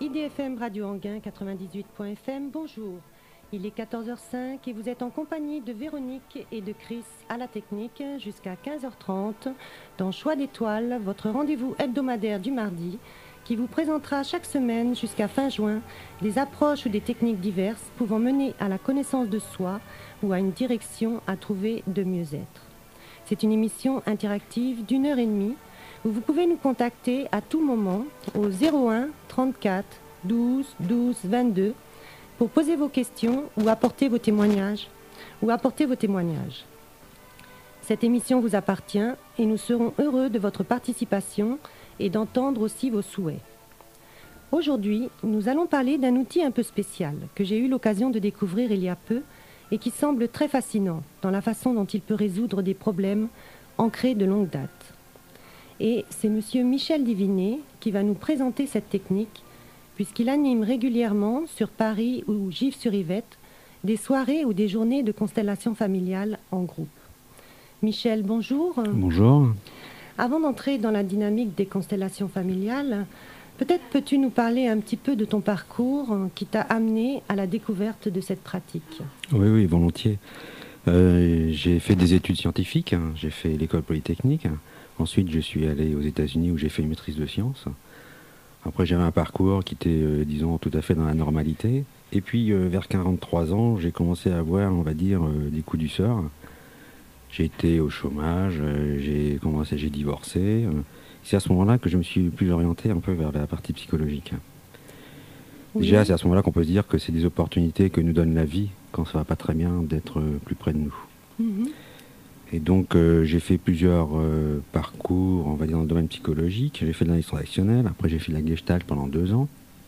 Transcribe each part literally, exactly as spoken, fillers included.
I D F M Radio Anguin quatre-vingt-dix-huit point F M, bonjour. Il est quatorze heures cinq et vous êtes en compagnie de Véronique et de Chris à la technique jusqu'à quinze heures trente dans Choix d'étoiles, votre rendez-vous hebdomadaire du mardi qui vous présentera chaque semaine jusqu'à fin juin des approches ou des techniques diverses pouvant mener à la connaissance de soi ou à une direction à trouver de mieux-être. C'est une émission interactive d'une heure et demie où vous pouvez nous contacter à tout moment au zéro un trente-quatre douze douze vingt-deux pour poser vos questions ou apporter vos témoignages ou apporter vos témoignages. Cette émission vous appartient et nous serons heureux de votre participation et d'entendre aussi vos souhaits. Aujourd'hui, nous allons parler d'un outil un peu spécial que j'ai eu l'occasion de découvrir il y a peu et qui semble très fascinant dans la façon dont il peut résoudre des problèmes ancrés de longue date. Et c'est monsieur Michel Divinet qui va nous présenter cette technique puisqu'il anime régulièrement sur Paris ou Gif-sur-Yvette des soirées ou des journées de constellation familiale en groupe. Michel, bonjour. Bonjour. Avant d'entrer dans la dynamique des constellations familiales, peut-être peux-tu nous parler un petit peu de ton parcours qui t'a amené à la découverte de cette pratique? Oui, oui, volontiers. Euh, j'ai fait des études scientifiques, hein. J'ai fait l'école polytechnique. Ensuite, je suis allé aux États-Unis où j'ai fait une maîtrise de sciences. Après, j'avais un parcours qui était, euh, disons, tout à fait dans la normalité. Et puis, euh, vers quarante-trois ans, j'ai commencé à avoir, on va dire, euh, des coups du sort. J'ai été au chômage, euh, j'ai commencé, j'ai divorcé. Euh, c'est à ce moment-là que je me suis plus orienté un peu vers la partie psychologique. Oui. Déjà, c'est à ce moment-là qu'on peut se dire que c'est des opportunités que nous donne la vie, quand ça va pas très bien, d'être euh, plus près de nous. Mm-hmm. Et donc, euh, j'ai fait plusieurs euh, parcours, on va dire, dans le domaine psychologique. J'ai fait de l'analyse transactionnelle, après j'ai fait de la gestalt pendant deux ans,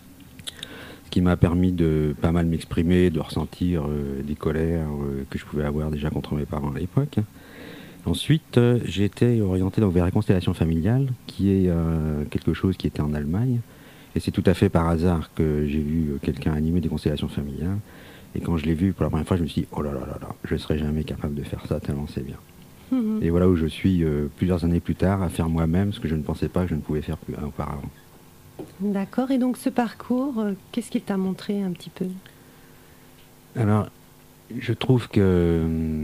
ce qui m'a permis de pas mal m'exprimer, de ressentir euh, des colères euh, que je pouvais avoir déjà contre mes parents à l'époque. Ensuite, euh, j'ai été orienté donc, vers la constellation familiale, qui est euh, quelque chose qui était en Allemagne. Et c'est tout à fait par hasard que j'ai vu euh, quelqu'un animer des constellations familiales. Et quand je l'ai vu pour la première fois, je me suis dit, oh là là là là, je ne serais jamais capable de faire ça, tellement c'est bien. Mmh. Et voilà où je suis euh, plusieurs années plus tard à faire moi-même ce que je ne pensais pas que je ne pouvais faire plus, euh, auparavant. D'accord, et donc ce parcours, euh, qu'est-ce qu'il t'a montré un petit peu? Alors, je trouve que euh,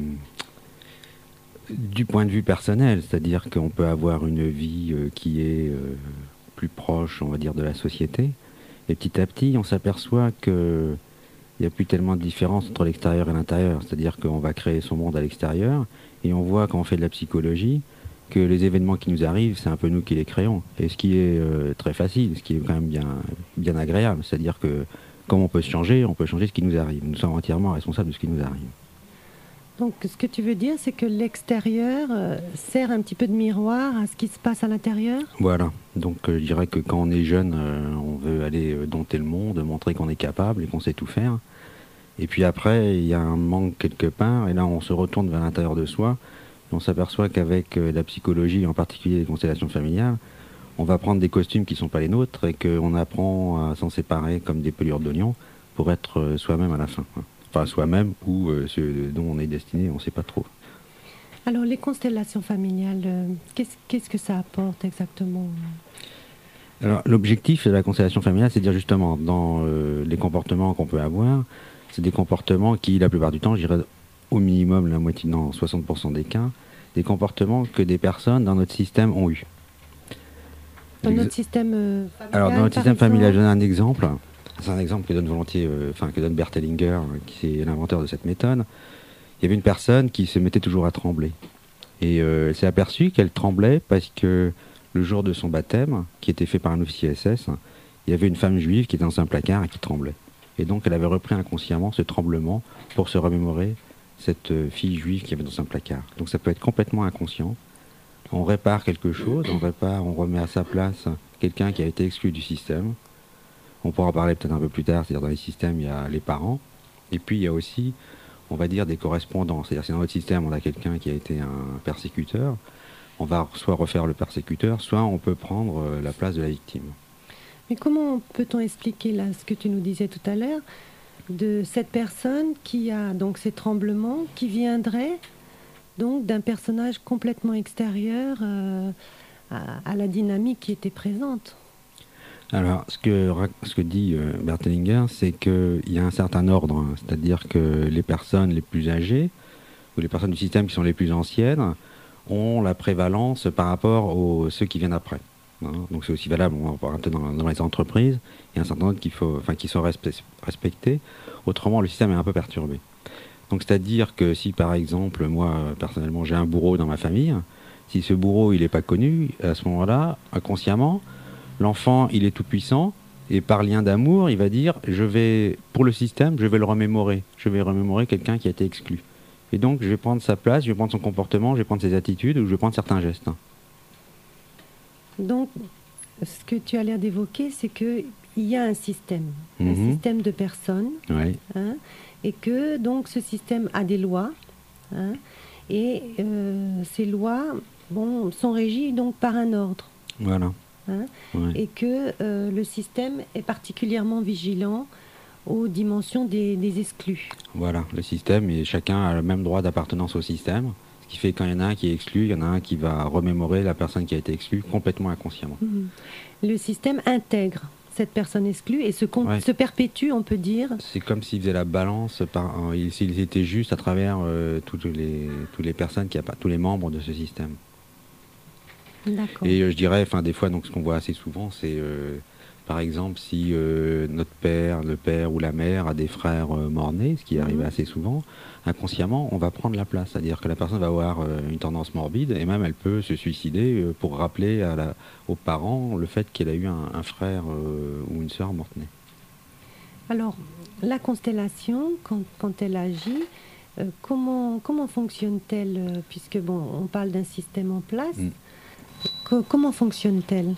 du point de vue personnel, c'est-à-dire qu'on peut avoir une vie euh, qui est euh, plus proche, on va dire, de la société, et petit à petit, on s'aperçoit que il n'y a plus tellement de différence entre l'extérieur et l'intérieur. C'est-à-dire qu'on va créer son monde à l'extérieur et on voit quand on fait de la psychologie que les événements qui nous arrivent, c'est un peu nous qui les créons. Et ce qui est euh, très facile, ce qui est quand même bien, bien agréable. C'est-à-dire que comme on peut se changer, on peut changer ce qui nous arrive. Nous sommes entièrement responsables de ce qui nous arrive. Donc ce que tu veux dire, c'est que l'extérieur euh, sert un petit peu de miroir à ce qui se passe à l'intérieur? Voilà. Donc euh, je dirais que quand on est jeune, euh, on veut aller euh, dompter le monde, montrer qu'on est capable et qu'on sait tout faire. Et puis après, il y a un manque quelque part, et là on se retourne vers l'intérieur de soi, et on s'aperçoit qu'avec euh, la psychologie, en particulier les constellations familiales, on va prendre des costumes qui ne sont pas les nôtres, et qu'on apprend à s'en séparer comme des pelures d'oignons pour être euh, soi-même à la fin. Enfin soi-même, ou euh, ce dont on est destiné, on ne sait pas trop. Alors les constellations familiales, euh, qu'est-ce, qu'est-ce que ça apporte exactement? Alors l'objectif de la constellation familiale, c'est de dire justement, dans euh, les comportements qu'on peut avoir, c'est des comportements qui, la plupart du temps, je dirais au minimum la moitié, non, soixante pour cent des cas, des comportements que des personnes dans notre système ont eu. Dans Ex- notre système euh, familial? Alors, dans notre système exemple. familial, je donne un exemple. C'est un exemple que donne volontiers, enfin, euh, que donne Bert Hellinger, qui est l'inventeur de cette méthode. Il y avait une personne qui se mettait toujours à trembler. Et euh, elle s'est aperçue qu'elle tremblait parce que le jour de son baptême, qui était fait par un officier S S, il y avait une femme juive qui était dans un placard et qui tremblait. Et donc elle avait repris inconsciemment ce tremblement pour se remémorer cette fille juive qui avait dans un placard. Donc ça peut être complètement inconscient. On répare quelque chose, on répare, on remet à sa place quelqu'un qui a été exclu du système. On pourra en parler peut-être un peu plus tard, c'est-à-dire dans les systèmes, il y a les parents. Et puis il y a aussi, on va dire, des correspondants. C'est-à-dire si dans notre système, on a quelqu'un qui a été un persécuteur, on va soit refaire le persécuteur, soit on peut prendre la place de la victime. Mais comment peut-on expliquer là ce que tu nous disais tout à l'heure de cette personne qui a donc ces tremblements qui viendraient donc d'un personnage complètement extérieur euh, à, à la dynamique qui était présente? Alors, ce que, ra- ce que dit euh, Bert Hellinger, c'est qu'il y a un certain ordre, hein. C'est-à-dire que les personnes les plus âgées, ou les personnes du système qui sont les plus anciennes, ont la prévalence par rapport aux ceux qui viennent après. Hein. Donc c'est aussi valable, on va voir un peu dans, dans les entreprises, il y a un certain nombre qu'il faut, enfin, qui sont respe- respectés, autrement le système est un peu perturbé. Donc c'est-à-dire que si par exemple, moi personnellement j'ai un bourreau dans ma famille, si ce bourreau il n'est pas connu, à ce moment-là, inconsciemment, l'enfant il est tout puissant, et par lien d'amour, il va dire, je vais, pour le système, je vais le remémorer, je vais remémorer quelqu'un qui a été exclu. Et donc je vais prendre sa place, je vais prendre son comportement, je vais prendre ses attitudes, ou je vais prendre certains gestes. Donc, ce que tu as l'air d'évoquer, c'est qu'il y a un système, un Mhm. système de personnes, Ouais, hein, et que donc ce système a des lois, hein, et euh, ces lois, bon, sont régies donc par un ordre, voilà. hein, Ouais. et que euh, le système est particulièrement vigilant aux dimensions des, des exclus. Voilà, le système, et chacun a le même droit d'appartenance au système. Ce qui fait que quand il y en a un qui est exclu, il y en a un qui va remémorer la personne qui a été exclue complètement inconsciemment. Mhm. Le système intègre cette personne exclue et se, con- Ouais. se perpétue, on peut dire. C'est comme s'il faisait la balance, par, euh, il- s'il était juste à travers euh, toutes, les, toutes les personnes, qui appa- tous les membres de ce système. D'accord. Et euh, je dirais, enfin des fois, donc ce qu'on voit assez souvent, c'est euh, par exemple si euh, notre père, le père ou la mère a des frères euh, morts-nés, ce qui Mhm. arrive assez souvent, inconsciemment, on va prendre la place. C'est-à-dire que la personne va avoir euh, une tendance morbide et même elle peut se suicider euh, pour rappeler à la, aux parents le fait qu'elle a eu un, un frère euh, ou une sœur morte-née. Alors, la constellation, quand, quand elle agit, euh, comment, comment fonctionne-t-elle euh, puisque, bon, on parle d'un système en place. Mm. Co- comment fonctionne-t-elle?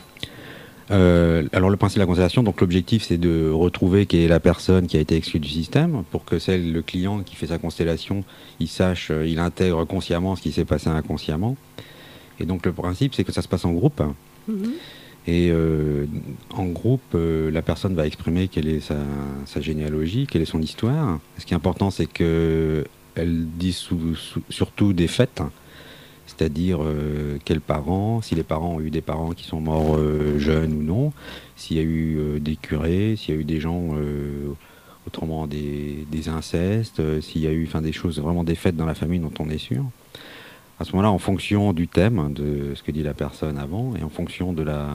Euh, alors le principe de la constellation, donc l'objectif c'est de retrouver qui est la personne qui a été exclue du système pour que celle, le client qui fait sa constellation, il sache, euh, il intègre consciemment ce qui s'est passé inconsciemment. Et donc le principe c'est que ça se passe en groupe. Mhm. Et euh, en groupe, euh, la personne va exprimer quelle est sa, sa généalogie, quelle est son histoire. Ce qui est important, c'est qu'elle dit sous- sous- surtout des faits, c'est-à-dire euh, quels parents, si les parents ont eu des parents qui sont morts euh, jeunes ou non, s'il y a eu euh, des curés, s'il y a eu des gens, euh, autrement des, des incestes, euh, s'il y a eu enfin, des choses, vraiment des faits dans la famille dont on est sûr. À ce moment-là, en fonction du thème, de ce que dit la personne avant, et en fonction de la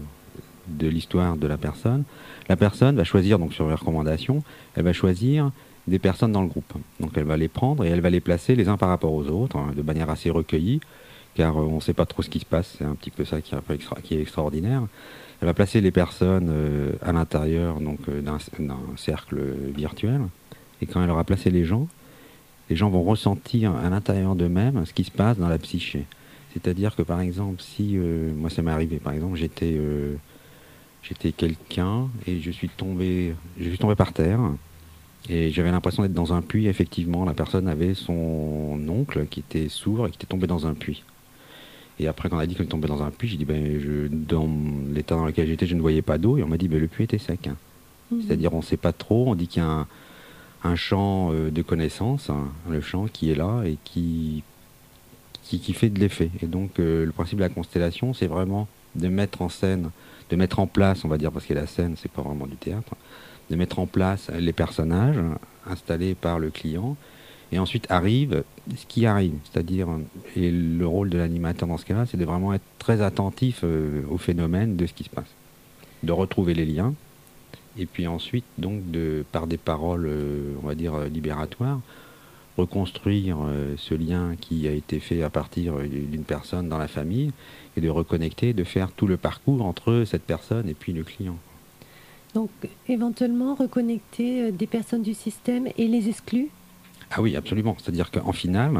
de l'histoire de la personne, la personne va choisir, donc sur les recommandations, elle va choisir des personnes dans le groupe. Donc elle va les prendre et elle va les placer les uns par rapport aux autres, hein, de manière assez recueillie, car euh, on ne sait pas trop ce qui se passe, c'est un petit peu ça qui est, un peu extra- qui est extraordinaire. Elle va placer les personnes euh, à l'intérieur donc euh, d'un d'un cercle virtuel, et quand elle aura placé les gens, les gens vont ressentir à l'intérieur d'eux-mêmes ce qui se passe dans la psyché. C'est-à-dire que par exemple, si euh, moi ça m'est arrivé, par exemple, j'étais euh, j'étais quelqu'un et je suis tombé, je suis tombé par terre et j'avais l'impression d'être dans un puits. Effectivement, la personne avait son oncle qui était sourd et qui était tombé dans un puits. Et après, quand on a dit qu'elle tombait dans un puits, j'ai dit ben, je, dans l'état dans lequel j'étais, je ne voyais pas d'eau et on m'a dit ben, le puits était sec. Hein. Mhm. C'est-à-dire, on ne sait pas trop. On dit qu'il y a un, un champ euh, de connaissances, hein, le champ qui est là et qui qui, qui fait de l'effet. Et donc, euh, le principe de la constellation, c'est vraiment de mettre en scène, de mettre en place, on va dire, parce que la scène, c'est pas vraiment du théâtre, de mettre en place les personnages installés par le client, et ensuite arrive ce qui arrive. C'est-à-dire, et le rôle de l'animateur dans ce cas-là, c'est de vraiment être très attentif euh, au phénomène de ce qui se passe, de retrouver les liens, et puis ensuite, donc, de, par des paroles, euh, on va dire, euh, libératoires, reconstruire euh, ce lien qui a été fait à partir euh, d'une personne dans la famille et de reconnecter, de faire tout le parcours entre cette personne et puis le client. Donc, éventuellement, reconnecter euh, des personnes du système et les exclus. Ah oui, absolument. C'est-à-dire qu'en finale,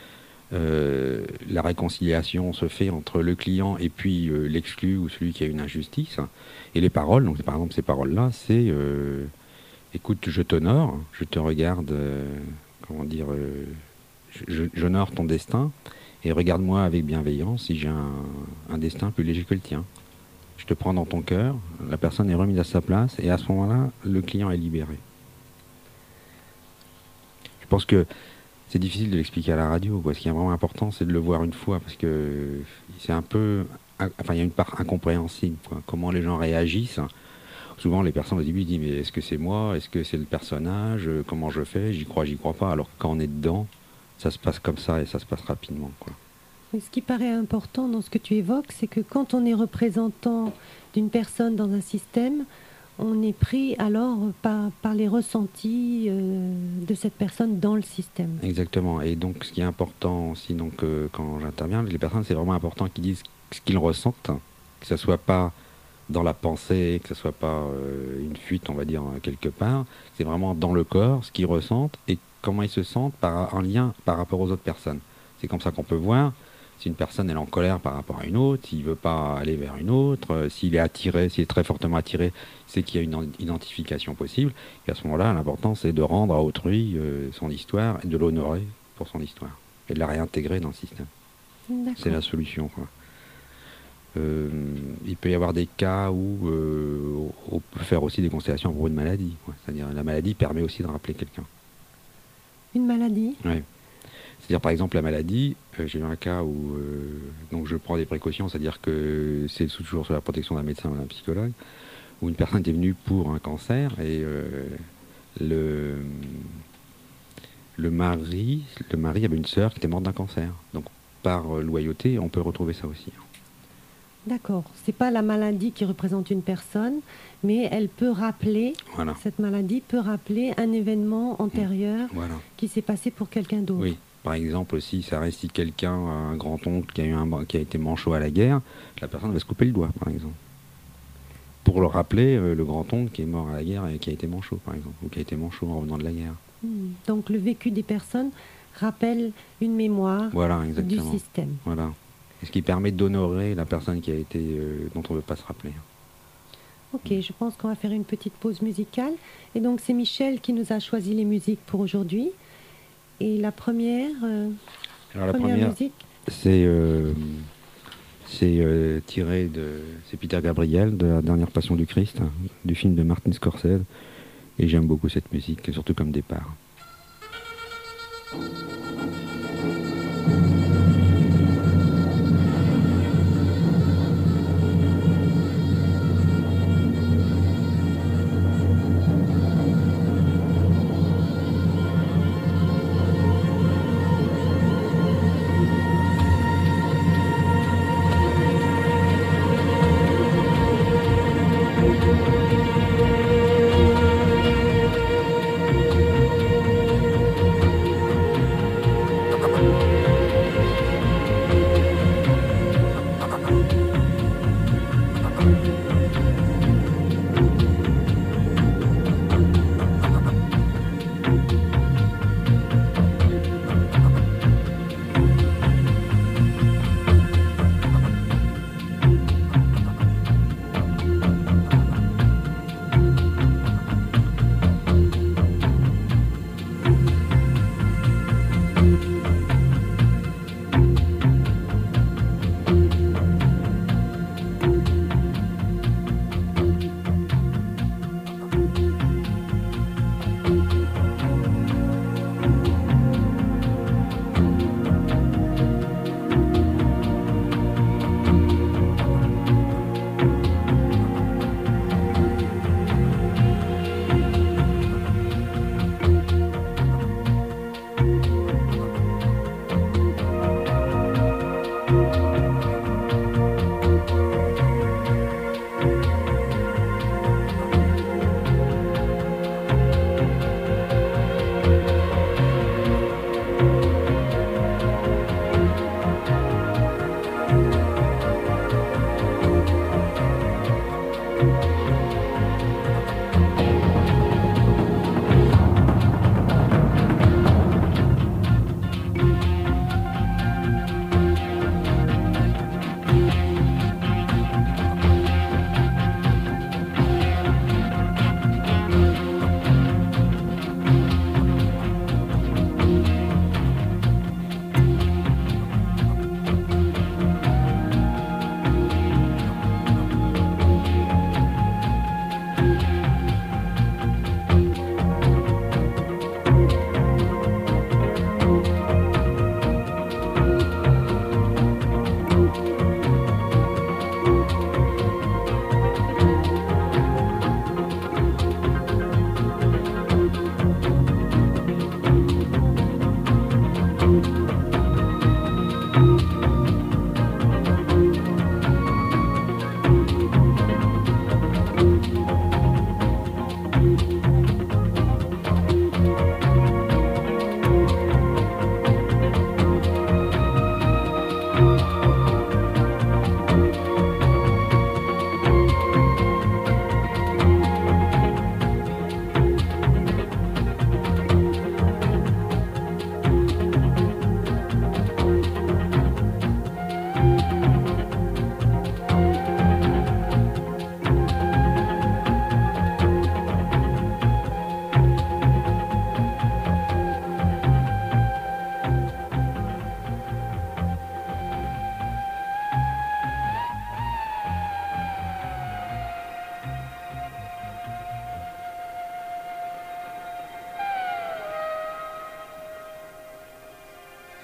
euh, la réconciliation se fait entre le client et puis euh, l'exclu ou celui qui a une injustice. Et les paroles, donc par exemple ces paroles-là, c'est euh, écoute, je t'honore, je te regarde, euh, comment dire, euh, je- j'honore ton destin et regarde-moi avec bienveillance si j'ai un, un destin plus léger que le tien. Je te prends dans ton cœur, la personne est remise à sa place et à ce moment-là, le client est libéré. Je pense que c'est difficile de l'expliquer à la radio, quoi. Ce qui est vraiment important, c'est de le voir une fois parce que c'est un peu, enfin, il y a une part incompréhensible, quoi. Comment les gens réagissent souvent les personnes au début disent mais est-ce que c'est moi, est-ce que c'est le personnage, euh, comment je fais, j'y crois, j'y crois pas. Alors que quand on est dedans, ça se passe comme ça et ça se passe rapidement, quoi. Et ce qui paraît important dans ce que tu évoques, c'est que quand on est représentant d'une personne dans un système, on est pris alors par, par les ressentis euh, de cette personne dans le système. Exactement. Et donc ce qui est important aussi, donc, euh, quand j'interviens, les personnes, c'est vraiment important qu'ils disent ce qu'ils ressentent, que ça soit pas dans la pensée, que ce soit pas euh, une fuite, on va dire, quelque part. C'est vraiment dans le corps, ce qu'ils ressentent et comment ils se sentent par, en lien par rapport aux autres personnes. C'est comme ça qu'on peut voir si une personne elle est en colère par rapport à une autre, s'il veut pas aller vers une autre, euh, s'il est attiré, s'il est très fortement attiré, c'est qu'il y a une identification possible. Et à ce moment-là, l'important c'est de rendre à autrui euh, son histoire et de l'honorer pour son histoire et de la réintégrer dans le système. C'est la solution, quoi. Euh, il peut y avoir des cas où euh, on peut faire aussi des constellations à propos de maladie. Ouais. C'est-à-dire la maladie permet aussi de rappeler quelqu'un. Une maladie ? Oui. C'est-à-dire par exemple la maladie, euh, j'ai eu un cas où euh, donc je prends des précautions, c'est-à-dire que c'est toujours sous la protection d'un médecin ou d'un psychologue, où une personne était venue pour un cancer et euh, le, le mari, le mari avait une sœur qui était morte d'un cancer. Donc par loyauté, on peut retrouver ça aussi. D'accord. C'est pas la maladie qui représente une personne, mais elle peut rappeler, voilà. Cette maladie peut rappeler un événement antérieur voilà. qui s'est passé pour quelqu'un d'autre. Oui. Par exemple, aussi, ça reste si quelqu'un, un grand-oncle qui a, eu un, qui a été manchot à la guerre, la personne va se couper le doigt, par exemple. Pour le rappeler, euh, le grand-oncle qui est mort à la guerre et qui a été manchot, par exemple, ou qui a été manchot en revenant de la guerre. Mmh. Donc le vécu des personnes rappelle une mémoire voilà, du système. Voilà. Et ce qui permet d'honorer la personne qui a été, euh, dont on ne veut pas se rappeler. Ok, je pense qu'on va faire une petite pause musicale. Et donc c'est Michel qui nous a choisi les musiques pour aujourd'hui. Et la première, euh, Alors, la première, première musique, c'est euh, c'est euh, tiré de, c'est Peter Gabriel de La Dernière Passion du Christ, hein, du film de Martin Scorsese. Et j'aime beaucoup cette musique, surtout comme départ.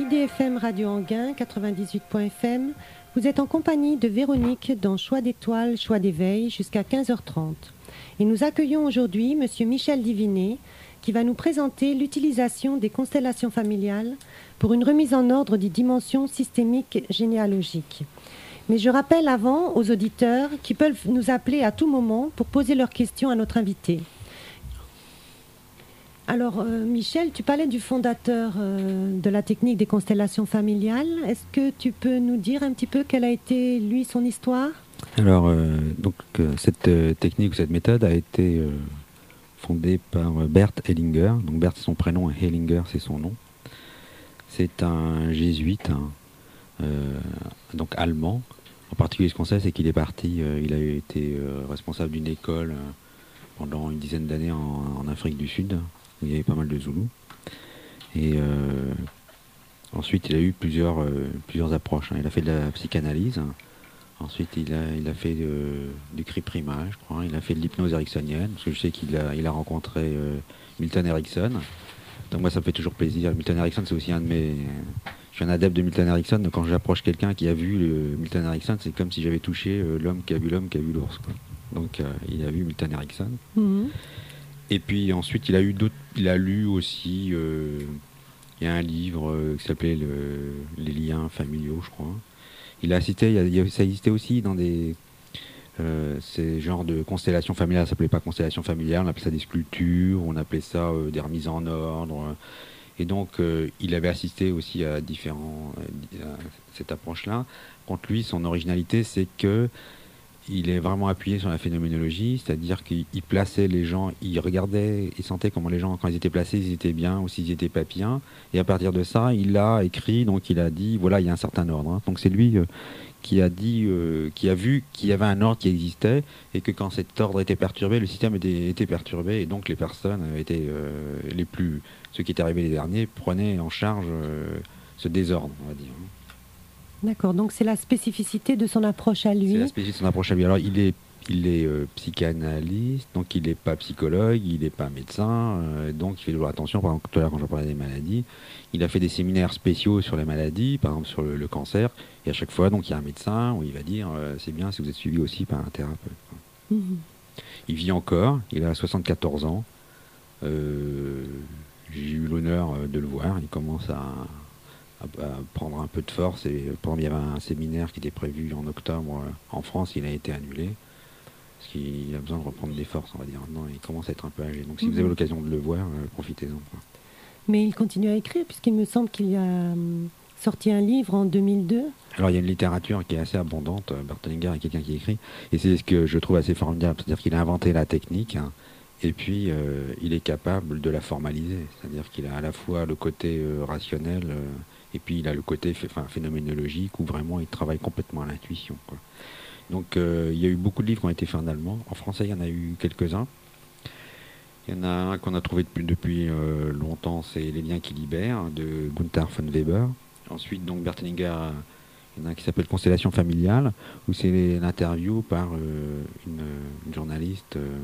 I D F M Radio Anguin, quatre-vingt-dix-huit point F M. Vous êtes en compagnie de Véronique dans Choix d'étoiles, Choix d'éveil jusqu'à quinze heures trente. Et nous accueillons aujourd'hui Monsieur Michel Divinet qui va nous présenter l'utilisation des constellations familiales pour une remise en ordre des dimensions systémiques généalogiques. Mais je rappelle avant aux auditeurs qui peuvent nous appeler à tout moment pour poser leurs questions à notre invité. Alors, euh, Michel, tu parlais du fondateur euh, de la technique des constellations familiales. Est-ce que tu peux nous dire un petit peu quelle a été, lui, son histoire ? Alors, euh, donc, euh, cette euh, technique ou cette méthode a été euh, fondée par Bert Hellinger. Donc, Bert, c'est son prénom et Hellinger, c'est son nom. C'est un jésuite, hein, euh, donc allemand. En particulier, ce qu'on sait, c'est qu'il est parti, euh, il a été euh, responsable d'une école euh, pendant une dizaine d'années en, en Afrique du Sud. Il y avait pas mal de Zoulous. Et euh, ensuite, il a eu plusieurs, euh, plusieurs approches. Hein. Il a fait de la psychanalyse. Ensuite, il a, il a fait euh, du cryprimage, je crois. Il a fait de l'hypnose ericksonienne. Parce que je sais qu'il a, il a rencontré euh, Milton Erickson. Donc moi, ça me fait toujours plaisir. Milton Erickson, c'est aussi un de mes... Je suis un adepte de Milton Erickson. Donc quand j'approche quelqu'un qui a vu le Milton Erickson, c'est comme si j'avais touché euh, l'homme qui a vu l'homme qui a vu l'ours. Quoi. Donc euh, il a vu Milton Erickson. Mm-hmm. Et puis ensuite, il a eu d'autres. Il a lu aussi. Euh, il y a un livre euh, qui s'appelait le, Les liens familiaux, je crois. Il a cité. Il y a, il y a, ça existait aussi dans des. Euh, ces genres de constellations familiales. Ça s'appelait pas constellation familiale. On appelait ça des sculptures. On appelait ça euh, des remises en ordre. Et donc, euh, il avait assisté aussi à différents. À cette approche-là. Contre lui, son originalité, c'est que. Il est vraiment appuyé sur la phénoménologie, c'est-à-dire qu'il plaçait les gens, il regardait, il sentait comment les gens, quand ils étaient placés, ils étaient bien ou s'ils étaient pas bien. Et à partir de ça, il a écrit, donc il a dit, voilà, il y a un certain ordre. Hein. Donc c'est lui euh, qui a dit, euh, qui a vu qu'il y avait un ordre qui existait et que quand cet ordre était perturbé, le système était, était perturbé et donc les personnes étaient euh, les plus, ceux qui étaient arrivés les derniers, prenaient en charge euh, ce désordre, on va dire. D'accord, donc c'est la spécificité de son approche à lui. C'est la spécificité de son approche à lui. Alors il est, il est euh, psychanalyste, donc il n'est pas psychologue, il n'est pas médecin, euh, donc il fait toujours attention. Par exemple, tout à l'heure quand j'en parlais des maladies, il a fait des séminaires spéciaux sur les maladies, par exemple sur le, le cancer, et à chaque fois, donc il y a un médecin où il va dire euh, c'est bien si vous êtes suivi aussi par un thérapeute. Mmh. Il vit encore, il a soixante-quatorze ans. Euh, j'ai eu l'honneur de le voir, il commence à à prendre un peu de force. Et pendant il y avait un séminaire qui était prévu en octobre en France, il a été annulé parce qu'il a besoin de reprendre des forces, on va dire. Maintenant, il commence à être un peu âgé. Donc si mmh. vous avez l'occasion de le voir, euh, profitez-en. Mais il continue à écrire puisqu'il me semble qu'il a euh, sorti un livre en deux mille deux. Alors il y a une littérature qui est assez abondante. Bert Hellinger est quelqu'un qui écrit et c'est ce que je trouve assez formidable, c'est-à-dire qu'il a inventé la technique. Hein, et puis euh, il est capable de la formaliser, c'est-à-dire qu'il a à la fois le côté euh, rationnel euh, et puis il a le côté enfin, phénoménologique où vraiment il travaille complètement à l'intuition. Quoi. Donc euh, il y a eu beaucoup de livres qui ont été faits en allemand. En français, il y en a eu quelques-uns. Il y en a un qu'on a trouvé depuis, depuis euh, longtemps, c'est Les liens qui libèrent, de Gunther von Weber. Ensuite, donc Bert Hellinger, il y en a un qui s'appelle Constellation familiale, où c'est l'interview par euh, une, une journaliste euh,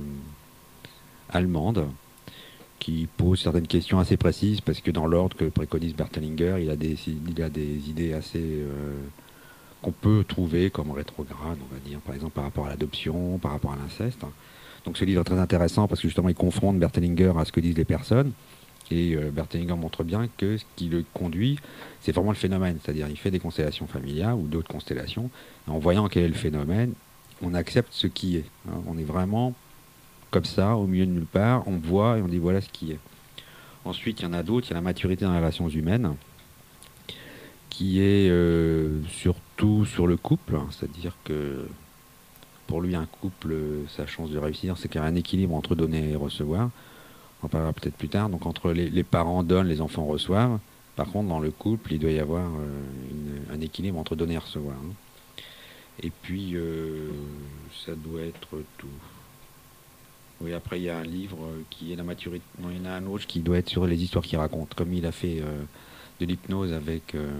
allemande qui pose certaines questions assez précises, parce que dans l'ordre que préconise Bert Hellinger, il a des, il a des idées assez euh, qu'on peut trouver comme rétrogrades, on va dire, par exemple par rapport à l'adoption, par rapport à l'inceste. Donc ce livre est très intéressant parce que justement il confronte Bert Hellinger à ce que disent les personnes, et euh, Bert Hellinger montre bien que ce qui le conduit, c'est vraiment le phénomène, c'est-à-dire il fait des constellations familiales ou d'autres constellations, et en voyant quel est le phénomène, on accepte ce qui est. Hein, on est vraiment comme ça, au milieu de nulle part, on voit et on dit voilà ce qui est. Ensuite, il y en a d'autres, il y a la maturité dans les relations humaines, qui est euh, surtout sur le couple, hein, c'est-à-dire que pour lui, un couple, sa chance de réussir, c'est qu'il y a un équilibre entre donner et recevoir. On en parlera peut-être plus tard. Donc entre les, les parents donnent, les enfants reçoivent. Par contre, dans le couple, il doit y avoir euh, une, un équilibre entre donner et recevoir. Hein. Et puis, euh, ça doit être tout. Oui, après, il y a un livre qui est la maturité. Non, il y en a un autre qui doit être sur les histoires qu'il raconte. Comme il a fait euh, de l'hypnose avec, euh,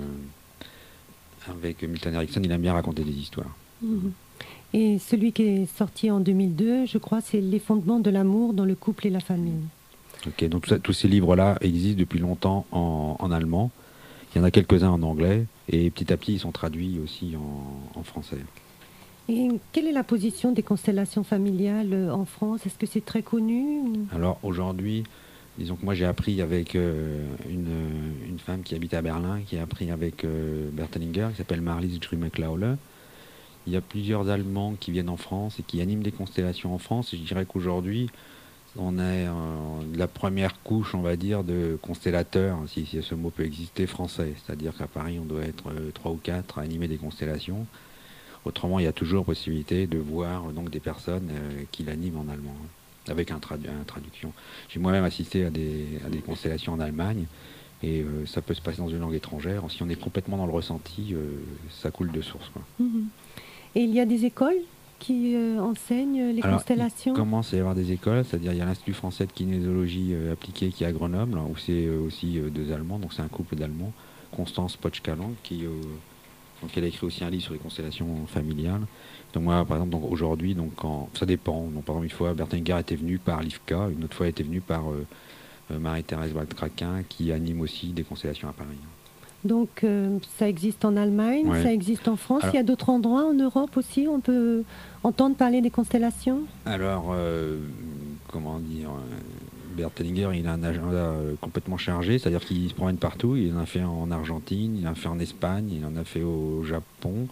avec Milton Erickson, il aime bien raconter des histoires. Mmh. Et celui qui est sorti en deux mille deux, je crois, c'est Les fondements de l'amour dans le couple et la famille. Ok, donc tout ça, tous ces livres-là existent depuis longtemps en, en allemand. Il y en a quelques-uns en anglais et petit à petit ils sont traduits aussi en, en français. Et quelle est la position des constellations familiales euh, en France? Est-ce que c'est très connu ou- Alors aujourd'hui, disons que moi j'ai appris avec euh, une, une femme qui habite à Berlin, qui a appris avec euh, Bert Hellinger, qui s'appelle Marlies Grimme-Klaule. Il y a plusieurs Allemands qui viennent en France et qui animent des constellations en France. Et je dirais qu'aujourd'hui, on est euh, la première couche, on va dire, de constellateurs, si, si ce mot peut exister, français. C'est-à-dire qu'à Paris, on doit être euh, trois ou quatre à animer des constellations. Autrement, il y a toujours possibilité de voir euh, donc des personnes euh, qui l'animent en allemand, hein, avec un, tradu un traduction. J'ai moi-même assisté à des, à des constellations en Allemagne, et euh, ça peut se passer dans une langue étrangère. Si on est complètement dans le ressenti, euh, ça coule de source, quoi. Mhm. Et il y a des écoles qui euh, enseignent les Alors, constellations? il commence à y avoir des écoles, c'est-à-dire il y a l'Institut français de kinésiologie euh, appliquée qui est à Grenoble, où c'est euh, aussi euh, deux Allemands, donc c'est un couple d'Allemands, Constance Potschkalang, qui, euh, donc elle a écrit aussi un livre sur les constellations familiales. Donc moi, par exemple, donc aujourd'hui, donc quand, ça dépend. Donc par exemple, une fois, Berthinger était venu par l'I F K, une autre fois, elle était venue par euh, euh, Marie-Thérèse Waldkraquin, qui anime aussi des constellations à Paris. Donc euh, ça existe en Allemagne, Ouais. ça existe en France. Alors, il y a d'autres endroits en Europe aussi où on peut entendre parler des constellations? Alors, euh, comment dire, euh, Bert Hellinger, il a un agenda euh, complètement chargé, c'est-à-dire qu'il se promène partout. Il en a fait en Argentine, il en a fait en Espagne, il en a fait au Japon.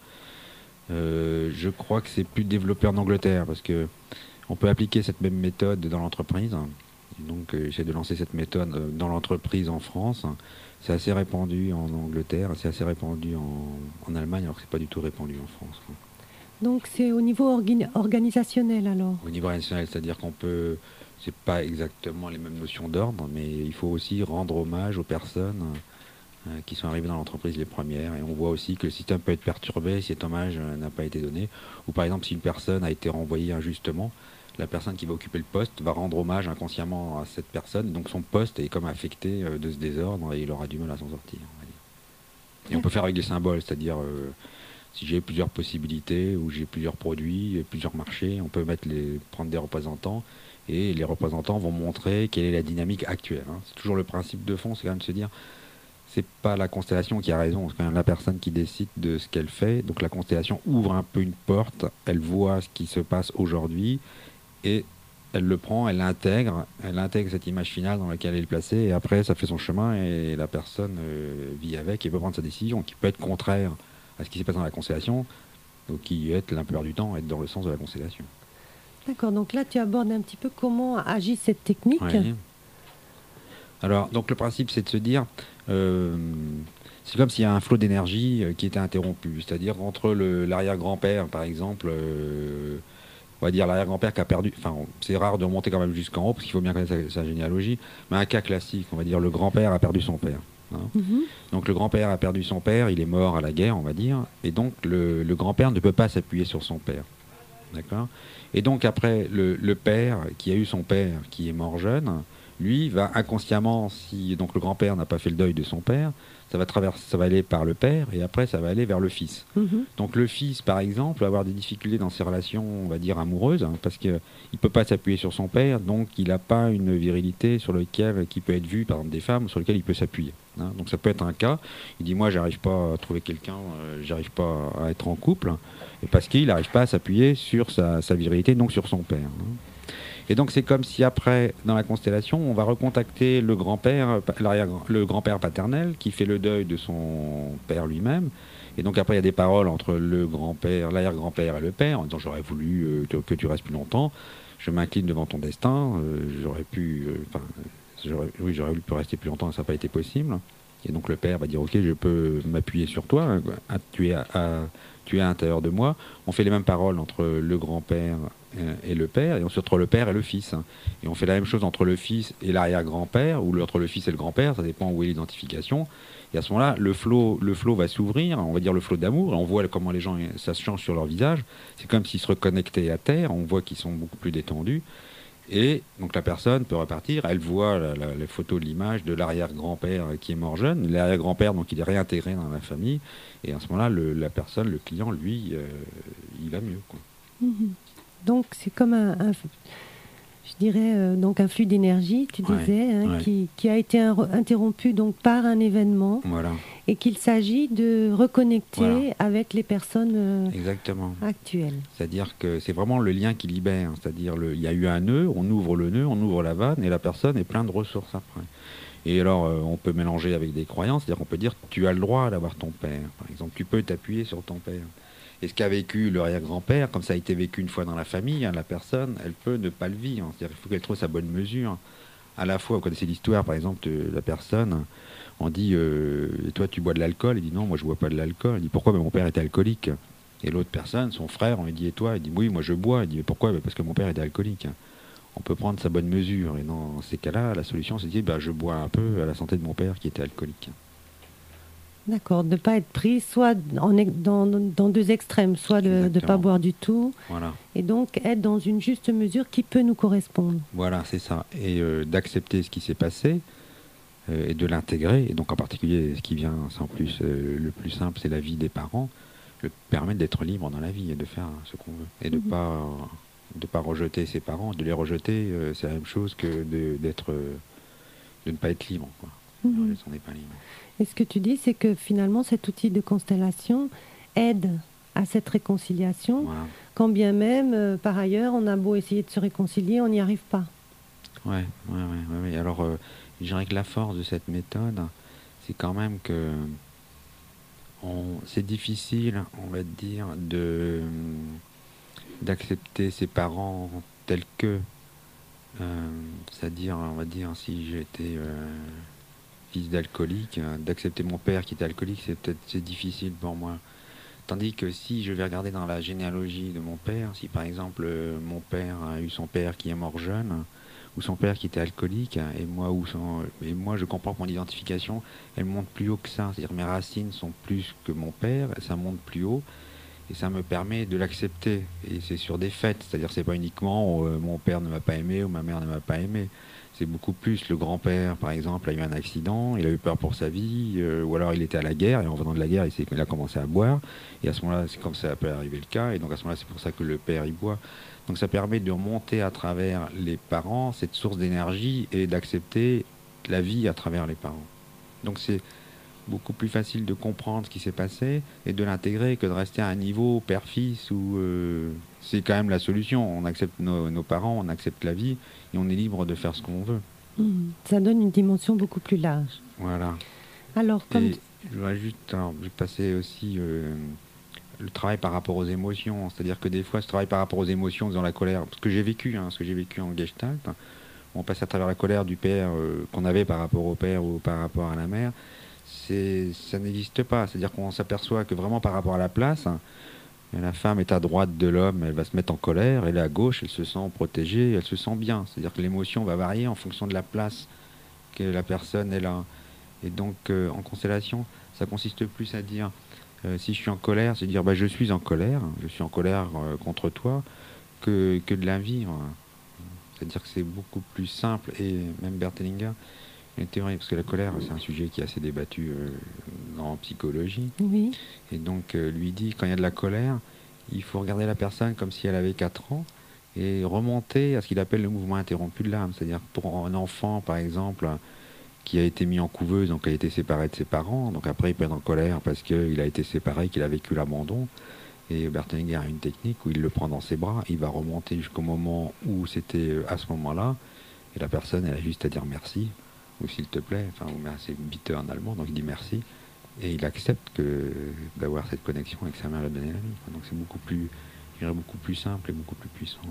Euh, je crois que c'est plus développé en Angleterre, parce que on peut appliquer cette même méthode dans l'entreprise. Donc, euh, j'essaie de lancer cette méthode euh, dans l'entreprise en France. C'est assez répandu en Angleterre, c'est assez répandu en, en Allemagne, alors que c'est pas du tout répandu en France, quoi. Donc c'est au niveau orga- organisationnel alors? Au niveau national, c'est-à-dire qu'on peut, c'est pas exactement les mêmes notions d'ordre, mais il faut aussi rendre hommage aux personnes euh, qui sont arrivées dans l'entreprise les premières. Et on voit aussi que le système peut être perturbé si cet hommage euh, n'a pas été donné. Ou par exemple, si une personne a été renvoyée injustement, la personne qui va occuper le poste va rendre hommage inconsciemment à cette personne. Donc son poste est comme affecté euh, de ce désordre et il aura du mal à s'en sortir, on va dire. Et on peut faire avec des symboles, c'est-à-dire euh, si j'ai plusieurs possibilités ou j'ai plusieurs produits, et plusieurs marchés, on peut mettre les, prendre des représentants et les représentants vont montrer quelle est la dynamique actuelle, hein. C'est toujours le principe de fond, c'est quand même de se dire, c'est pas la constellation qui a raison, c'est quand même la personne qui décide de ce qu'elle fait. Donc la constellation ouvre un peu une porte, elle voit ce qui se passe aujourd'hui et elle le prend, elle l'intègre, elle intègre cette image finale dans laquelle elle est placée et après ça fait son chemin et la personne euh, vit avec et peut prendre sa décision qui peut être contraire à ce qui se passe dans la constellation, donc qui est la plupart du temps être dans le sens de la constellation. D'accord, donc là tu abordes un petit peu comment agit cette technique. Oui. Alors, donc le principe c'est de se dire, euh, c'est comme s'il y a un flot d'énergie euh, qui était interrompu, c'est-à-dire entre le- l'arrière-grand-père par exemple, euh, on va dire l'arrière-grand-père qui a perdu, enfin c'est rare de remonter quand même jusqu'en haut parce qu'il faut bien connaître sa, sa généalogie, mais un cas classique, on va dire le grand-père a perdu son père, hein. Mhm. Donc le grand-père a perdu son père, il est mort à la guerre, on va dire, et donc le, le grand-père ne peut pas s'appuyer sur son père. D'accord ? Et donc après, le, le père qui a eu son père, qui est mort jeune, lui va inconsciemment, si donc le grand-père n'a pas fait le deuil de son père, ça va, traverser, ça va aller par le père, et après ça va aller vers le fils. Mhm. Donc le fils, par exemple, va avoir des difficultés dans ses relations, on va dire, amoureuses, hein, parce qu'il ne peut pas s'appuyer sur son père, donc il n'a pas une virilité sur laquelle, qui peut être vue, par exemple, des femmes, sur lesquelles il peut s'appuyer, hein. Donc ça peut être un cas, il dit, moi, j'arrive pas à trouver quelqu'un, euh, j'arrive pas à être en couple, et parce qu'il n'arrive pas à s'appuyer sur sa, sa virilité, donc sur son père, hein. Et donc c'est comme si après, dans la constellation, on va recontacter le grand-père, le grand-père paternel, qui fait le deuil de son père lui-même. Et donc après, il y a des paroles entre le grand-père, l'arrière-grand-père et le père, en disant j'aurais voulu euh, que, que tu restes plus longtemps, je m'incline devant ton destin, euh, j'aurais pu, enfin, euh, oui, j'aurais voulu rester plus longtemps, ça n'a pas été possible. Et donc le père va dire ok, je peux m'appuyer sur toi, tu es à, à, tu es à l'intérieur de moi. On fait les mêmes paroles entre le grand-père et le père, et ensuite entre le père et le fils. Et on fait la même chose entre le fils et l'arrière-grand-père, ou entre le fils et le grand-père, ça dépend où est l'identification. Et à ce moment-là, le flot, le flot va s'ouvrir, on va dire le flot d'amour, et on voit comment les gens, ça se change sur leur visage. C'est comme s'ils se reconnectaient à terre, on voit qu'ils sont beaucoup plus détendus. Et donc la personne peut repartir, elle voit la, la, les photos de l'image de l'arrière-grand-père qui est mort jeune, l'arrière-grand-père, donc il est réintégré dans la famille, et à ce moment-là, le, la personne, le client, lui, euh, il va mieux, quoi. Mhm. Donc c'est comme un, un je dirais, euh, donc un flux d'énergie, tu Ouais, disais, hein, ouais. qui, qui a été in- interrompu donc par un événement Voilà, et qu'il s'agit de reconnecter Voilà. avec les personnes euh, exactement. actuelles. C'est-à-dire que c'est vraiment le lien qui libère. C'est-à-dire, le- il y a eu un nœud, on ouvre le nœud, on ouvre la vanne, et la personne est pleine de ressources après. Et alors, euh, on peut mélanger avec des croyances, c'est-à-dire qu'on peut dire, tu as le droit d'avoir ton père. Par exemple, tu peux t'appuyer sur ton père. Et ce qu'a vécu l'arrière-grand-père, comme ça a été vécu une fois dans la famille, hein, la personne, elle peut ne pas le vivre. C'est-à-dire qu'il faut qu'elle trouve sa bonne mesure. À la fois, vous connaissez l'histoire, par exemple, de la personne, on dit, euh, et toi, tu bois de l'alcool? Il dit, non, moi, je bois pas de l'alcool. Il dit, pourquoi? Ben, mon père était alcoolique. Et l'autre personne, son frère, on lui dit, et toi? Il dit, oui, moi, je bois. Il dit, mais pourquoi? Ben, parce que mon père était alcoolique. On peut prendre sa bonne mesure. Et dans ces cas-là, la solution, c'est de dire, ben, je bois un peu à la santé de mon père qui était alcoolique. D'accord, de ne pas être pris soit en ex- dans, dans deux extrêmes, soit de ne pas Exactement. boire du tout, Voilà. et donc être dans une juste mesure qui peut nous correspondre. Voilà, c'est ça. Et euh, d'accepter ce qui s'est passé euh, et de l'intégrer. Et donc en particulier, ce qui vient, c'est en plus euh, le plus simple, c'est la vie des parents, le permettre d'être libre dans la vie et de faire ce qu'on veut. Et de Mhm. pas de pas rejeter ses parents. De les rejeter, euh, c'est la même chose que de, d'être, euh, de ne pas être libre. Quoi. Mhm. On n'est pas libre. Et ce que tu dis, c'est que finalement, cet outil de constellation aide à cette réconciliation, Voilà. quand bien même, euh, par ailleurs, on a beau essayer de se réconcilier, on n'y arrive pas. Ouais, ouais, ouais, ouais, ouais. Alors, euh, je dirais que la force de cette méthode, c'est quand même que on- c'est difficile, on va dire, de d'accepter ses parents tels que, euh, c'est-à-dire, on va dire, si j'étais euh, fils d'alcoolique, euh, d'accepter mon père qui était alcoolique, c'est peut-être c'est difficile pour moi. Tandis que si je vais regarder dans la généalogie de mon père, si par exemple euh, mon père a eu son père qui est mort jeune, ou son père qui était alcoolique, et moi, ou son, et moi je comprends que mon identification, elle monte plus haut que ça. C'est-à-dire mes racines sont plus que mon père, ça monte plus haut, et ça me permet de l'accepter. Et c'est sur des faits, c'est-à-dire c'est pas uniquement euh, mon père ne m'a pas aimé ou ma mère ne m'a pas aimé. C'est beaucoup plus. Le grand-père, par exemple, a eu un accident, il a eu peur pour sa vie, euh, ou alors il était à la guerre, et en venant de la guerre, il, s'est- il a commencé à boire. Et à ce moment-là, c'est comme ça peut arriver le cas, et donc à ce moment-là, c'est pour ça que le père, il boit. Donc ça permet de remonter à travers les parents cette source d'énergie et d'accepter la vie à travers les parents. Donc c'est beaucoup plus facile de comprendre ce qui s'est passé et de l'intégrer que de rester à un niveau père-fils où euh, c'est quand même la solution. On accepte nos, nos parents, on accepte la vie et on est libre de faire ce qu'on veut. Mhm. Ça donne une dimension beaucoup plus large. Voilà. Alors, comme Et je voudrais juste alors, je vais passer aussi euh, le travail par rapport aux émotions. C'est-à-dire que des fois, ce travail par rapport aux émotions, dans la colère, ce que j'ai vécu, hein, ce que j'ai vécu en Gestalt, on passe à travers la colère du père euh, qu'on avait par rapport au père ou par rapport à la mère. C'est, ça n'existe pas. C'est-à-dire qu'on s'aperçoit que vraiment par rapport à la place, hein, la femme est à droite de l'homme, elle va se mettre en colère, et là à gauche, elle se sent protégée, elle se sent bien. C'est-à-dire que l'émotion va varier en fonction de la place que la personne est là. Et donc euh, en constellation, ça consiste plus à dire, euh, si je suis en colère, c'est dire bah, je suis en colère, je suis en colère euh, contre toi, que, que de la vivre. C'est-à-dire que c'est beaucoup plus simple, et même Bert Hellinger, une théorie, parce que la colère, c'est un sujet qui est assez débattu euh, en psychologie. oui, Et donc, euh, lui dit, quand il y a de la colère, il faut regarder la personne comme si elle avait quatre ans et remonter à ce qu'il appelle le mouvement interrompu de l'âme. C'est-à-dire pour un enfant, par exemple, qui a été mis en couveuse, donc a été séparé de ses parents, donc après il peut être en colère parce qu'il a été séparé, qu'il a vécu l'abandon. Et Bert Hellinger a une technique où il le prend dans ses bras, il va remonter jusqu'au moment où c'était à ce moment-là, et la personne, elle a juste à dire merci, ou s'il te plaît, enfin, c'est bitte en allemand, donc il dit merci, et il accepte que d'avoir cette connexion avec sa mère et donner la vie. Donc c'est beaucoup plus, je dirais, beaucoup plus simple et beaucoup plus puissant.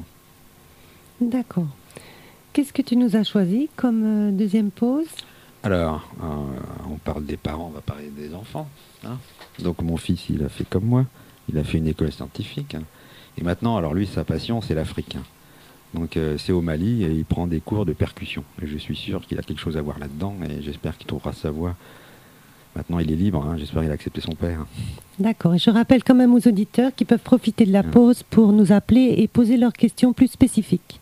d'accord. Qu'est-ce que tu nous as choisi comme euh, deuxième pause? Alors, euh, on parle des parents, on va parler des enfants. Hein. Donc mon fils, il a fait comme moi, il a fait une école scientifique, hein. Et maintenant, alors lui, sa passion, c'est l'Afrique. Hein. Donc euh, c'est au Mali et il prend des cours de percussion. Et je suis sûr qu'il a quelque chose à voir là-dedans et j'espère qu'il trouvera sa voie. Maintenant, il est libre, hein. J'espère qu'il a accepté son père. D'accord. Et je rappelle quand même aux auditeurs qui peuvent profiter de la pause pour nous appeler et poser leurs questions plus spécifiques.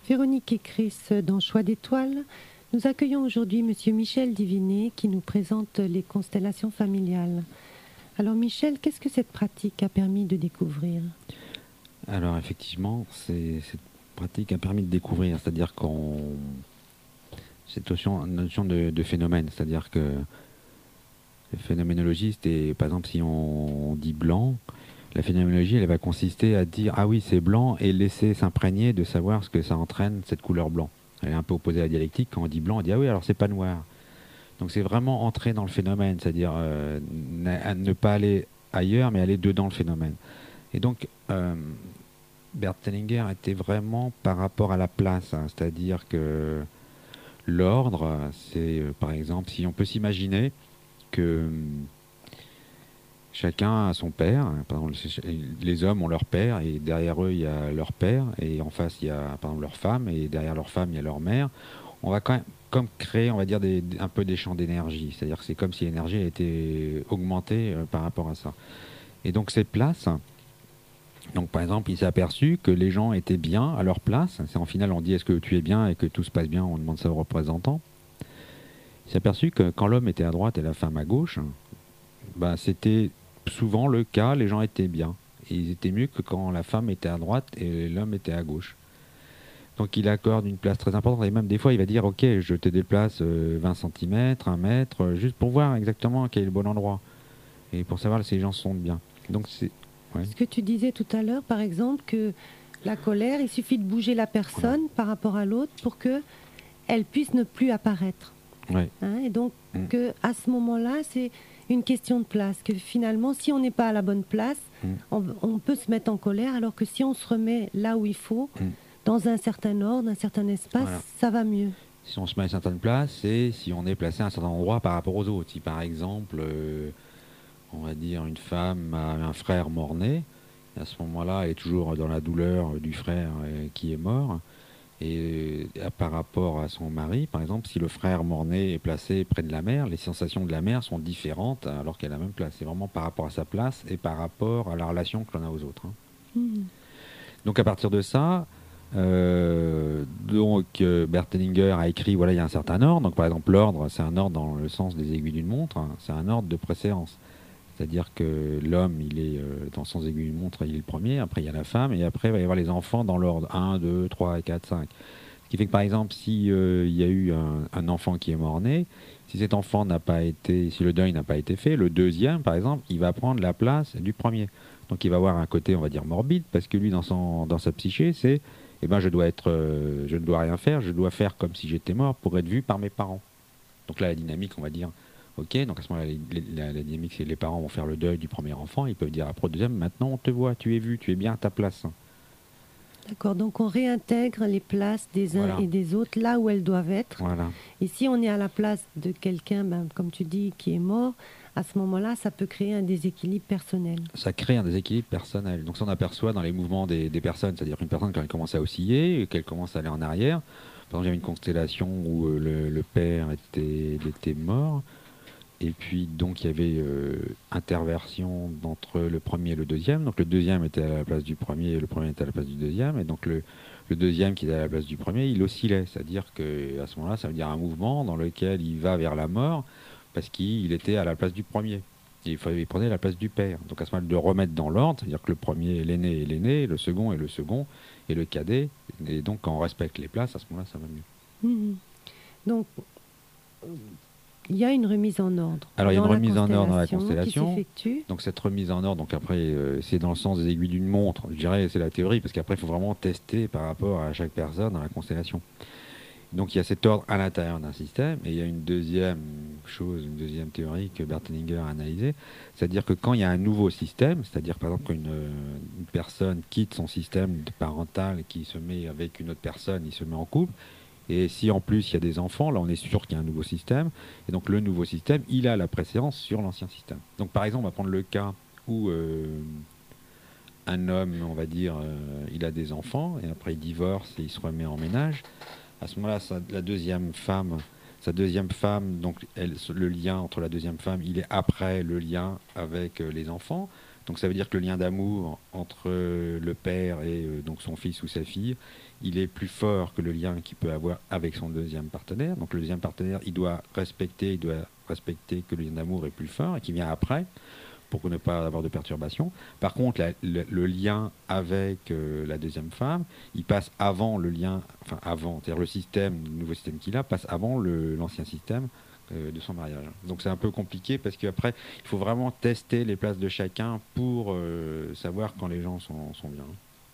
Véronique et Chris dans Choix d'étoiles. Nous accueillons aujourd'hui Monsieur Michel Divinet qui nous présente les constellations familiales. Alors Michel, qu'est-ce que cette pratique a permis de découvrir? Alors effectivement, c'est, cette pratique a permis de découvrir, c'est-à-dire qu'on... cette notion, notion de, de phénomène, c'est-à-dire que le phénoménologiste, et par exemple si on, on dit blanc, la phénoménologie elle va consister à dire ah oui c'est blanc et laisser s'imprégner de savoir ce que ça entraîne cette couleur blanc. Elle est un peu opposée à la dialectique, quand on dit blanc on dit ah oui alors c'est pas noir. Donc c'est vraiment entrer dans le phénomène, c'est-à-dire euh, ne pas aller ailleurs mais aller dedans le phénomène. Et donc euh, Bert Hellinger était vraiment par rapport à la place, hein, c'est-à-dire que l'ordre, c'est euh, par exemple si on peut s'imaginer que chacun a son père. Par exemple, les hommes ont leur père et derrière eux il y a leur père et en face il y a par exemple leur femme et derrière leur femme il y a leur mère. On va quand même comme créer, on va dire des, un peu des champs d'énergie. C'est-à-dire que c'est comme si l'énergie était augmentée euh, par rapport à ça. Et donc ces places. Donc par exemple, il s'est aperçu que les gens étaient bien à leur place. C'est en finale on dit est-ce que tu es bien et que tout se passe bien, on demande ça aux représentants. Il s'est aperçu que quand l'homme était à droite et la femme à gauche, bah, c'était souvent le cas, les gens étaient bien. Et ils étaient mieux que quand la femme était à droite et l'homme était à gauche. Donc il accorde une place très importante. Et même des fois, il va dire, ok, je te déplace euh, vingt centimètres, un mètre, euh, juste pour voir exactement quel est le bon endroit. Et pour savoir si les gens se sentent bien. Donc c'est... Ouais. Ce que tu disais tout à l'heure, par exemple, que la colère, il suffit de bouger la personne voilà. par rapport à l'autre pour qu'elle puisse ne plus apparaître. Ouais. Hein, et donc, mmh. que, à ce moment-là, c'est une question de place. Que finalement, si on n'est pas à la bonne place, mmh. on, on peut se mettre en colère, alors que si on se remet là où il faut, mmh. dans un certain ordre, un certain espace, voilà. ça va mieux. Si on se met à une certaine place, et si on est placé à un certain endroit par rapport aux autres. Si par exemple, euh, on va dire, une femme a un frère mort-né, à ce moment-là, elle est toujours dans la douleur du frère euh, qui est mort. Et euh, par rapport à son mari, par exemple, si le frère mort-né est placé près de la mère, les sensations de la mère sont différentes alors qu'elle a la même place. C'est vraiment par rapport à sa place et par rapport à la relation que l'on a aux autres. Hein. Mmh. Donc à partir de ça, euh, donc euh, Bert Hellinger a écrit, voilà, il y a un certain ordre. Donc par exemple, l'ordre, c'est un ordre dans le sens des aiguilles d'une montre, hein, c'est un ordre de préséance. C'est-à-dire que l'homme, il est euh, dans son aiguille d'une montre, il est le premier, après il y a la femme, et après il va y avoir les enfants dans l'ordre un, deux, trois, quatre, cinq. Ce qui fait que par exemple, s'il euh, y a eu un, un enfant qui est mort-né, si cet enfant n'a pas été, si le deuil n'a pas été fait, le deuxième, par exemple, il va prendre la place du premier. Donc il va avoir un côté, on va dire, morbide, parce que lui, dans, son, dans sa psyché, c'est, eh ben, je dois être, euh, je ne dois rien faire, je dois faire comme si j'étais mort pour être vu par mes parents. Donc là, la dynamique, on va dire, ok, donc à ce moment-là, la, la, la dynamique, c'est que les parents vont faire le deuil du premier enfant, ils peuvent dire après le deuxième, maintenant on te voit, tu es vu, tu es bien à ta place. D'accord, donc on réintègre les places des uns voilà. et des autres là où elles doivent être. Voilà. Et si on est à la place de quelqu'un, ben, comme tu dis, qui est mort, à ce moment-là, ça peut créer un déséquilibre personnel. Ça crée un déséquilibre personnel. Donc ça, on aperçoit dans les mouvements des, des personnes, c'est-à-dire qu'une personne, quand elle commence à osciller, qu'elle commence à aller en arrière, par exemple, j'avais une constellation où euh, le, le père était, était mort. Et puis, donc, il y avait euh, interversion entre le premier et le deuxième. Donc, le deuxième était à la place du premier et le premier était à la place du deuxième. Et donc, le, le deuxième qui était à la place du premier, il oscillait. C'est-à-dire qu'à ce moment-là, ça veut dire un mouvement dans lequel il va vers la mort parce qu'il était à la place du premier. Il, fallait, il prenait la place du père. Donc, à ce moment-là, de remettre dans l'ordre, c'est-à-dire que le premier est l'aîné et l'aîné, le second est le second et le cadet. Et donc, quand on respecte les places, à ce moment-là, ça va mieux. Mmh. Donc... il y a une remise en ordre. Alors il y a une remise en ordre dans la constellation. Qui s'effectue. Donc cette remise en ordre, donc après euh, c'est dans le sens des aiguilles d'une montre. Je dirais c'est la théorie parce qu'après il faut vraiment tester par rapport à chaque personne dans la constellation. Donc il y a cet ordre à l'intérieur d'un système et il y a une deuxième chose, une deuxième théorie que Bert Hellinger a analysée, c'est-à-dire que quand il y a un nouveau système, c'est-à-dire par exemple qu'une une personne quitte son système parental et qui se met avec une autre personne, il se met en couple. Et si en plus il y a des enfants, là on est sûr qu'il y a un nouveau système. Et donc le nouveau système, il a la préséance sur l'ancien système. Donc par exemple, on va prendre le cas où euh, un homme, on va dire, euh, il a des enfants, et après il divorce et il se remet en ménage. À ce moment-là, sa, la deuxième femme, sa deuxième femme, donc elle, le lien entre la deuxième femme, il est après le lien avec euh, les enfants. Donc ça veut dire que le lien d'amour entre euh, le père et euh, donc son fils ou sa fille, il est plus fort que le lien qu'il peut avoir avec son deuxième partenaire. Donc le deuxième partenaire, il doit respecter, il doit respecter que le lien d'amour est plus fort et qui vient après pour ne pas avoir de perturbations. Par contre, la- le, le lien avec euh, la deuxième femme, il passe avant le lien, enfin avant, c'est-à-dire le système, le nouveau système qu'il a, passe avant le- l'ancien système euh, de son mariage. Donc c'est un peu compliqué parce qu'après, il faut vraiment tester les places de chacun pour euh, savoir quand les gens sont, sont bien.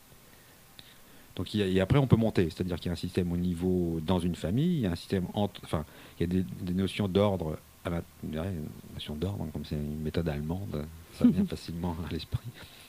Donc il y a- et après, on peut monter, c'est-à-dire qu'il y a un système au niveau dans une famille, il y a un système entre, enfin, il y a des, des notions d'ordre, à la, ouais, une notion d'ordre, hein, comme c'est une méthode allemande, ça vient facilement à l'esprit.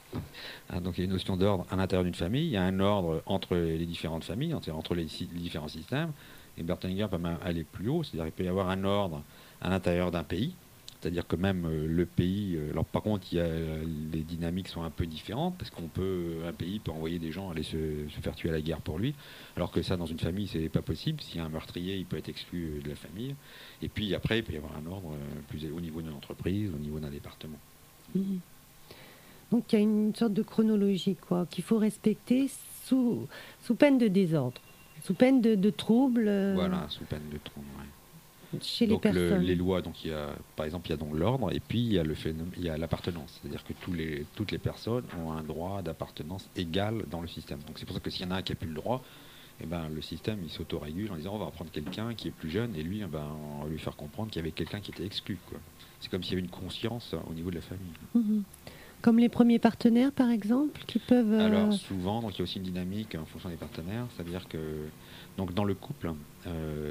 Ah, donc il y a une notion d'ordre à l'intérieur d'une famille, il y a un ordre entre les différentes familles, entre, entre les, si- les différents systèmes, et Bertinger peut même aller plus haut, c'est-à-dire qu'il peut y avoir un ordre à l'intérieur d'un pays, c'est-à-dire que même euh, le pays, euh, alors par contre, il y a, euh, les dynamiques sont un peu différentes, parce qu'on peut, un pays peut envoyer des gens aller se, se faire tuer à la guerre pour lui, alors que ça, dans une famille, c'est pas possible. S'il y a un meurtrier, il peut être exclu euh, de la famille. Et puis après, il peut y avoir un ordre euh, plus au niveau d'une entreprise, au niveau d'un département. Mhm. Donc il y a une sorte de chronologie quoi, qu'il faut respecter sous, sous peine de désordre, sous peine de, de troubles euh, Voilà, sous peine de trouble. Ouais. chez Donc les le- personnes. les lois, donc il y a, par exemple, il y a donc l'ordre, et puis il y a le phénomène, il y a l'appartenance, c'est-à-dire que tous les, toutes les personnes ont un droit d'appartenance égal dans le système. Donc c'est pour ça que s'il y en a un qui n'a plus le droit, eh ben, le système il s'autorégule en disant on va prendre quelqu'un qui est plus jeune et lui eh ben, on va lui faire comprendre qu'il y avait quelqu'un qui était exclu, quoi. C'est comme s'il y avait une conscience au niveau de la famille. Mhm. Comme les premiers partenaires par exemple qui peuvent... euh, Alors souvent, donc il y a aussi une dynamique en fonction des partenaires, c'est-à-dire que donc dans le couple, euh,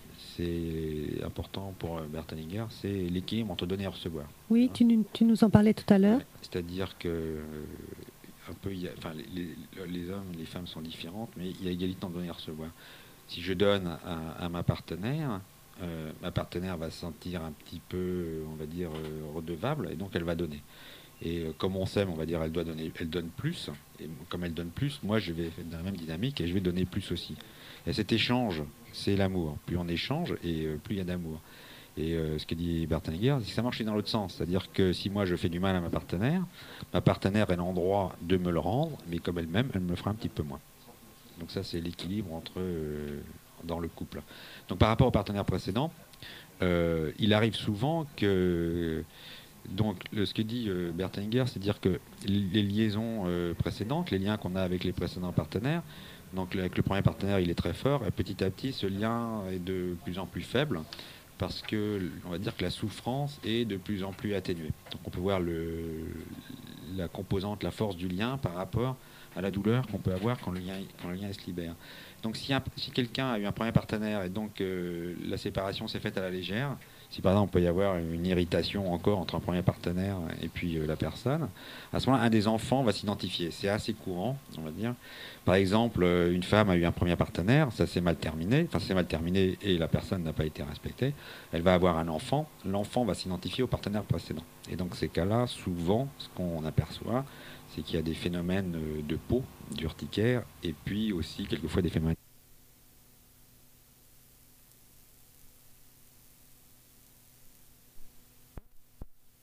c'est important pour Bertelinger, c'est l'équilibre entre donner et recevoir. Oui, tu, nous- tu nous en parlais tout à l'heure. Ouais. C'est-à-dire que euh, un peu, il y a- enfin, les, les- les hommes, les femmes sont différentes, mais il y a égalité en donner et recevoir. Si je donne à, à ma partenaire, euh, ma partenaire va se sentir un petit peu, on va dire, euh, redevable, et donc elle va donner. Et euh, comme on s'aime, on va dire, elle doit donner, elle donne plus. Et comme elle donne plus, moi, je vais être dans la même dynamique et je vais donner plus aussi. Et cet échange, c'est l'amour. Plus on échange et euh, plus il y a d'amour. Et euh, ce que dit Bertelinger, c'est que ça marche dans l'autre sens. C'est-à-dire que si moi je fais du mal à ma partenaire, ma partenaire est en droit de me le rendre, mais comme elle-même, elle me le fera un petit peu moins. Donc ça, c'est l'équilibre entre euh, dans le couple. Donc par rapport au partenaire précédent, euh, il arrive souvent que donc, le- ce que dit euh, Bertelinger, c'est dire que les liaisons euh, précédentes, les liens qu'on a avec les précédents partenaires, donc le- avec le premier partenaire, il est très fort, et petit à petit, ce lien est de plus en plus faible, parce que, on va dire que la souffrance est de plus en plus atténuée. Donc, on peut voir le, la composante, la force du lien par rapport à la douleur qu'on peut avoir quand le lien, quand le lien se libère. Donc, si, un- si quelqu'un a eu un premier partenaire et donc euh, la séparation s'est faite à la légère, si par exemple il peut y avoir une irritation encore entre un premier partenaire et puis euh, la personne, à ce moment-là, un des enfants va s'identifier. C'est assez courant, on va dire. Par exemple, euh, une femme a eu un premier partenaire, ça s'est mal terminé, enfin ça s'est mal terminé et la personne n'a pas été respectée. Elle va avoir un enfant, l'enfant va s'identifier au partenaire précédent. Et donc ces cas-là, souvent, ce qu'on aperçoit, c'est qu'il y a des phénomènes euh, de peau, d'urticaire, et puis aussi quelquefois des phénomènes